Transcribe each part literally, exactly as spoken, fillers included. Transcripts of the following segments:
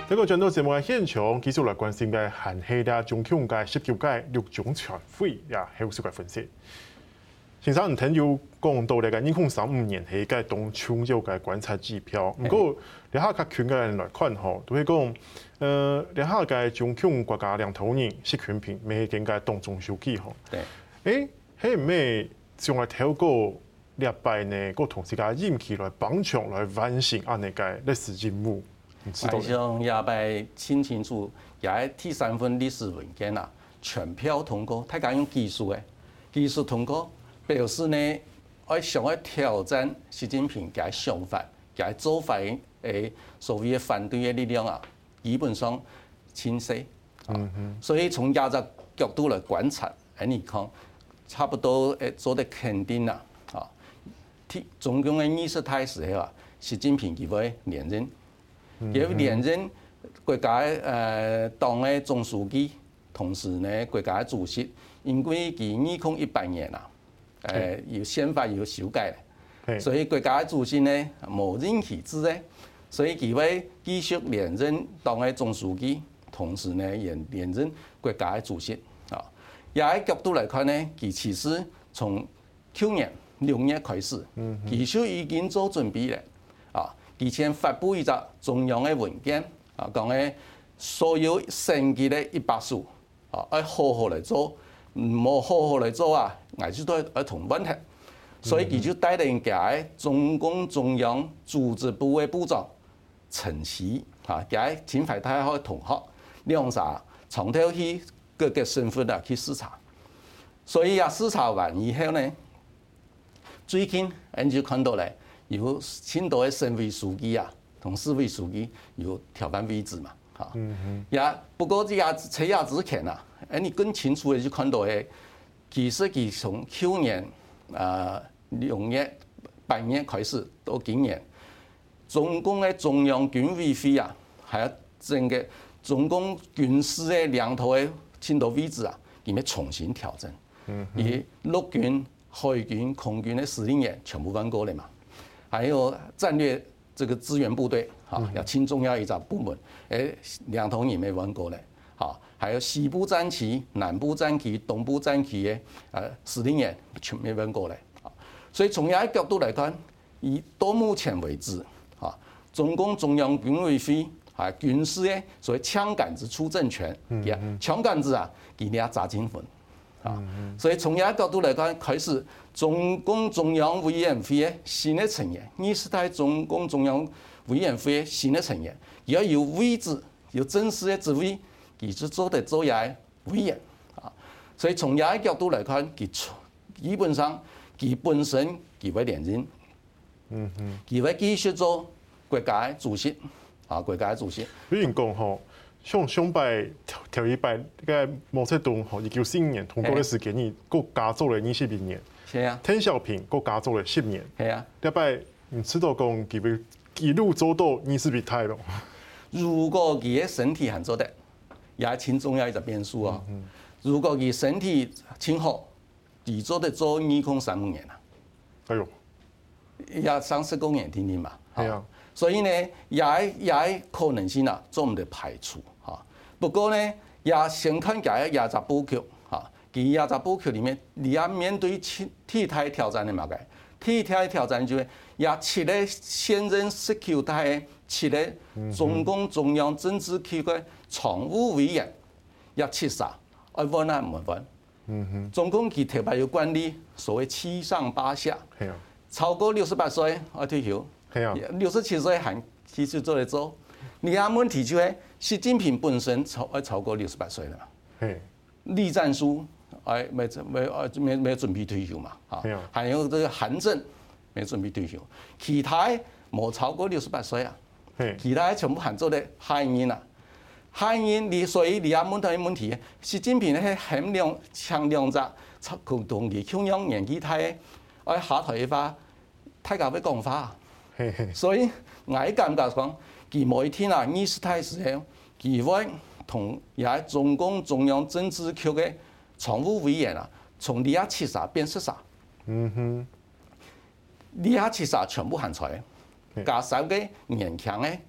呢個轉到節目嘅現場，繼續來關心嘅係係啦，總統嘅十九屆六中全會呀，係有少嘅分析。先生唔聽有講到嚟嘅二零三五年係嘅當重要嘅觀察指標，不過你下較權嘅人來看吼，都係講，誒，你下嘅總統國家領導人習近平未係嘅當中書記吼。誒，係咩將來透過禮拜呢個同時間任期來幫助來完成安尼嘅歷史任務？ 我想也拜清清楚，也第三份歷史文件啦，全票通過，大家用技術嘅技術通過，表示呢，我想要挑戰習近平嘅想法，嘅做法誒，所謂嘅反對嘅力量啊，基本上清晰。嗯哼。所以從亞洲角度來觀察，誒，你看差不多誒做得肯定啦，啊，總共嘅意識態勢係話，習近平佢會連任。佢連任國家誒黨嘅總書記，同時呢國家主席，因為佢二零一八年啦，誒有憲法有修改，所以國家主席呢無任期制咧，所以佢會繼續連任黨嘅總書記，同時呢也連任國家嘅主席。啊，也喺角度來看呢，佢其實從去年六月開始，其實已經做準備咧。啊，以前發布一個中央嘅文件，啊，講嘅所有升級嘅一百數，啊，要好好嚟做，唔好好好嚟做啊，危住都係同問題。所以佢就帶領嘅中共中央組織部嘅部長陳希，啊，嘅前排太開同學兩曬從頭去各個省份啊去視察。所以啊，視察完以後呢，最近你就看到咧。有青島嘅省委書記啊，同市委書記有調換位置嘛，嚇。也不過這也扯也之前啊，誒你更清楚嘅就看到誒，其實佢從去年啊六月、八月開始到今年，中共嘅中央軍委會啊，係啊整個中共軍事嘅兩頭嘅青島位置啊，佢咪重新調整，而陸軍、海軍、空軍嘅司令員全部換過嚟嘛。還有戰略這個支援部隊，哈，要輕重要一個部門，誒，兩頭也沒換過來，哈，還有西部戰區、南部戰區、東部戰區嘅誒司令員全沒換過來，啊，所以從呢個角度來看，以到目前為止，啊，中共中央軍委會啊軍事嘅所謂槍桿子出政權，嘅槍桿子啊，給你啊揸緊分。啊，所以從呢個角度來看，開始中共中央委員會嘅新的成員，二十大中共中央委員會嘅新的成員，要有位置，有正式嘅職位，佢就做得做嘢委員。啊，所以從呢個角度來看，佢基本上佢本身佢會連任，嗯嗯，佢會繼續做國家主席，啊，國家主席。 有人講吼。像上擺頭一擺嘅毛澤東吼，一九四五年通過嘅時間，你個加做了二十二年。係啊。鄧小平個加做了十年。係啊。禮拜唔知道講佢會一路做到二十二太咯。 如果佢嘅身體還做得，也係挺重要一個變數啊。嗯、如果佢身體挺好，佢做得做二零三五年啦。哎呦，也三十個年聽聽嘛。係啊。所以呢，也也可能性啊，做唔得排除嚇。不過呢，也先看嘅亞洲布局嚇，佢亞洲布局裡面，你要面對替代挑戰嘅嘛嘅，替代挑戰就係也設咧現任十九大嘅設咧中共中央政治局嘅常務委員，也設啥？愛換啊唔換？嗯哼，中共佢特別有管理所謂七上八下，係啊，超過六十八歲愛退休。六十七歲還繼續做嚟做，你阿問題就係習近平本身超要超過六十八歲啦嘛，栗戰書誒沒沒誒沒沒準備退休嘛，啊，還有這個韓正沒準備退休，其他冇超過六十八歲啊，其他全部還做咧漢人啊，漢人你所以你阿問到啲問題，習近平咧係衡量強調咗，佢同佢中央年紀大，我下台嘅話，大家會講話。所以我感覺講，佢每天啊，二十大時候，佢會同也係中共中央政治局嘅常務委員啊，從呢一切啥變識啥，嗯哼，呢一切啥全部行出來，加上嘅年輕嘅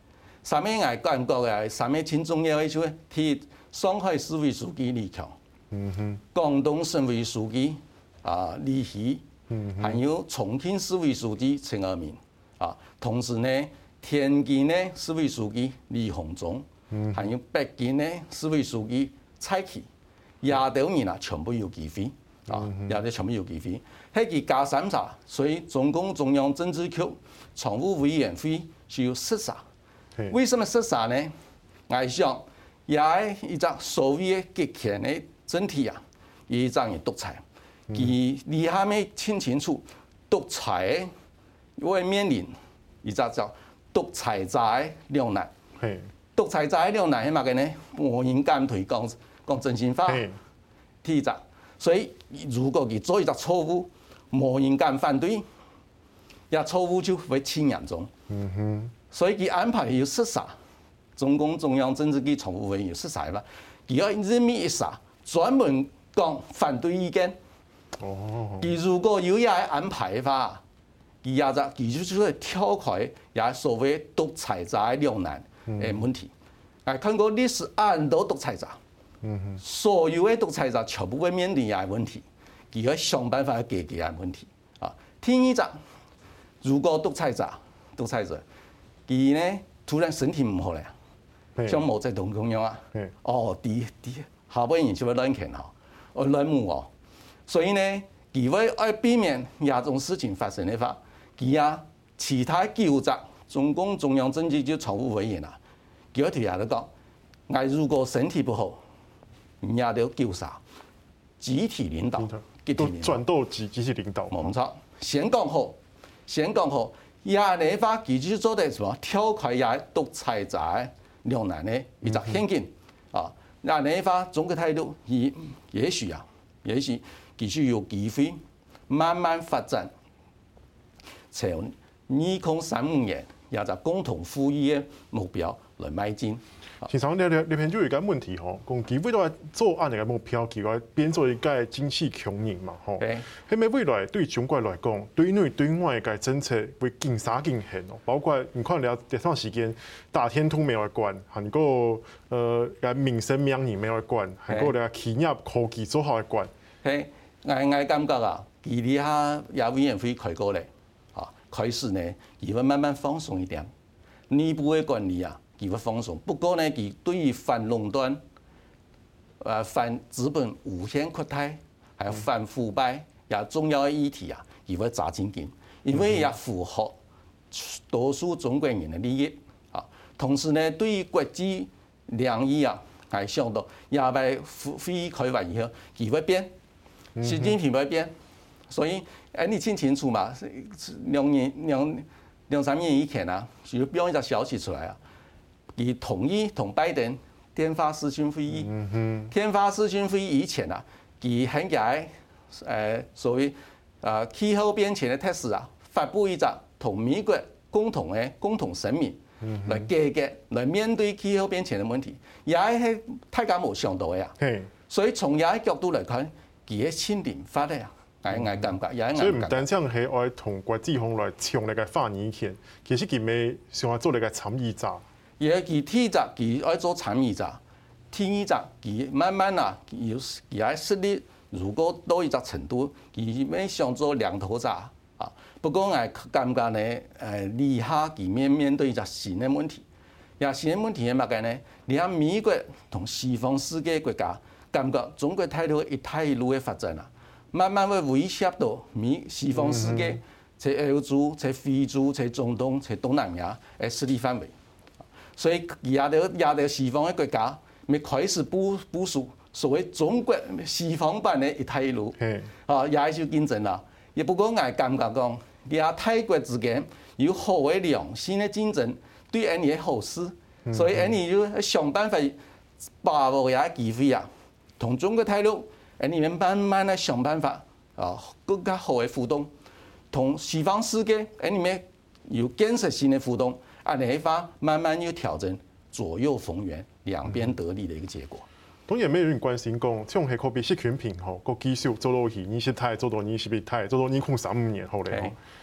三咩我感覺嘅三咩真重要嘅就係替上海市委書記李強，嗯哼，廣東省委書記啊李希，嗯，還有重慶市委書記陳爾明，啊，同時呢，天津呢市委書記李鴻忠，嗯，還有北京呢市委書記蔡奇，亞洲人啊全部有機會，啊，亞洲全部有機會，係佢加三煞，所以中共中央政治局常務委員會是有十煞。為什麼十煞呢？我想也係一隻所謂嘅極權嘅政體啊，一種嘅獨裁，佢你下面清清楚，獨裁會面臨一隻叫獨裁者嘅兩難。獨裁者嘅兩難係乜嘅呢？無人敢推講講真心話，第一隻。所以如果佢做一隻錯誤，無人敢反對，也錯誤就會輕嚴重。嗯哼。所以佢安排有十煞，中共中央政治局常務委員有十煞嘛，佢要任命一煞，專門講反對意見。哦。佢如果有也安排嘅話，佢也就佢就會跳開也所謂獨裁者嘅兩難嘅問題。我看過歷史很多獨裁者，嗯哼，所有嘅獨裁者全部會面臨嘅問題，佢要想辦法解決嘅問題。啊，第二隻，如果獨裁者，獨裁者。佢呢突然身體唔好咧，像毛澤東咁樣啊，哦，啲啲下半年就會亂拳吼，哦亂舞哦，所以呢，佢為要避免呢種事情發生的話，佢啊其他九隻中共中央政治局常務委員啊，佢一條也都講，我如果身體不好，也都叫啥集體領導，集體領導， 轉到集集體領導， 冇錯，先講好，先講好。亞內法佢就做得什麼跳開亞獨裁者兩難的一隻陷阱啊！亞內法中國態度，也也許啊，也許繼續有機會慢慢發展，朝二零三五年也就共同富裕的目標來邁進。 其實你你你偏就有一個問題吼，講佢為咗做按呢個目標，佢個變做一個經濟強人嘛吼。係咪未來對中國來講，對內對外嘅政策會更啥更狠哦？包括你看了這段時間大天圖沒有關，韓國呃個民生命人沒有關，韓國嘅企業科技做好嘅關。 係，我我感覺啊，佢哋下也委員會開過嚟，啊開始呢，佢會慢慢放鬆一點，內部嘅管理啊。佢會放鬆，不過呢，佢對於反壟斷、誒反資本無限擴大，還有反腐敗也重要嘅議題啊，佢會抓緊緊，因為也符合多數中國人嘅利益啊。同時呢，對於國際兩義啊，係想到亞太會議開完以後，佢會變，習近平會變，所以誒你清清楚嘛，兩年兩兩三年以前啊，就標一個消息出來啊。佢同意同拜登電話視訊會議，電話視訊會議以前啊，佢喺解誒所謂啊氣候變遷嘅特使啊，發布一個同美國共同嘅共同聲明，來解決來面對氣候變遷嘅問題，也係大家冇想到嘅啊。所以從也角度嚟看，佢係簽訂法嘅啊，係係感覺，也係。 所以唔單止係愛同國際上來搶你個發言權，其實佢咪想做你個參與者。 而佢第一隻佢愛做參與者，第二隻佢慢慢啊，有佢喺實力如果到一隻程度，佢咪想做兩頭者啊。不過我感覺呢，誒以下佢面面對一隻新嘅問題，也新嘅問題係乜嘅呢？你睇美國同西方世界國家，感覺中國態度一帶一路嘅發展啊，慢慢會威脅到美西方世界，在歐洲、在非洲、在中東、在東南亞嘅勢力範圍。所以也到也到西方嘅國家，咪開始部部署所謂中國西方版嘅一帶一路，啊，也係要競爭啦。亦不過我感覺講，亞泰國之間有好嘅良性嘅競爭，對人哋係好事。所以人哋要想辦法把握嘅機會啊，同中國大陸人哋慢慢嚟想辦法啊，更加好嘅互動，同西方世界人哋咪有建設性嘅互動。按呢法慢慢要調整，左右逢源，兩邊得利的一個結果。 當然，沒有人關心講，像係可比習近平吼個技術做到去二十台，做到二十一台，做到二零三五年後咧，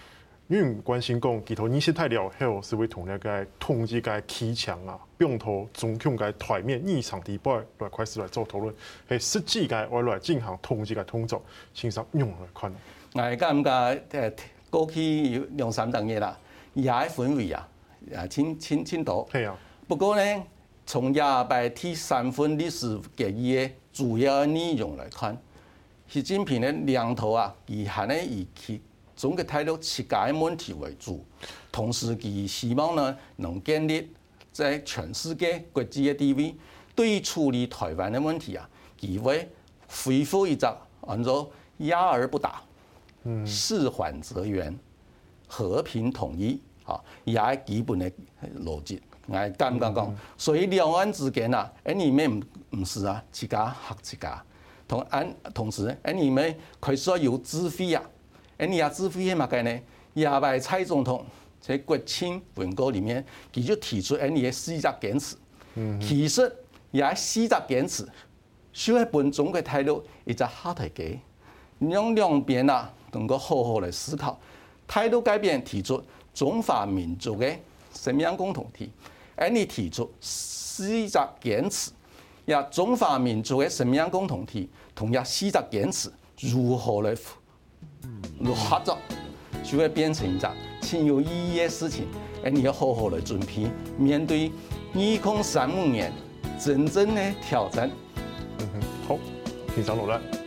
因為關心講，其頭意識太了後，是會同那個統計個起強啊，並頭總共個台面異常地步來開始來做討論，係實際個來來進行統計個動作，先生用來看。 我感覺誒過去有兩三十年啦，也係氛圍啊，啊，千千千多。 係啊。不過呢，從廿八第三份歷史決議嘅主要內容來看，習近平嘅兩頭啊，以係呢以其總嘅態度設解問題為主，同時佢希望呢能建立在全世界國際嘅地位。對於處理台灣嘅問題啊，佢會恢復一隻按照壓而不打、事緩則圓、和平統一啊，也係基本嘅邏輯。我咁講講，所以兩岸之間啊，誒你們唔唔是啊，自家嚇自家，同安同時誒你們佢需要有智慧啊。誒，你也智慧係乜嘅呢？廿八蔡總統在國慶文告裡面，佢就提出誒，你嘅四隻堅持。其實也四隻堅持，就係本中國態度一隻下台階，讓兩邊啊能夠好好嚟思考，態度改變，提出中華民族嘅什麼樣共同體？誒，你提出四隻堅持，呀，中華民族嘅什麼樣共同體？同樣四隻堅持如何嚟？如合作就會變成一件挺有意義嘅事情，而你要好好的準備面對二零三五年真正的挑戰。 嗯哼，好，欣賞落來。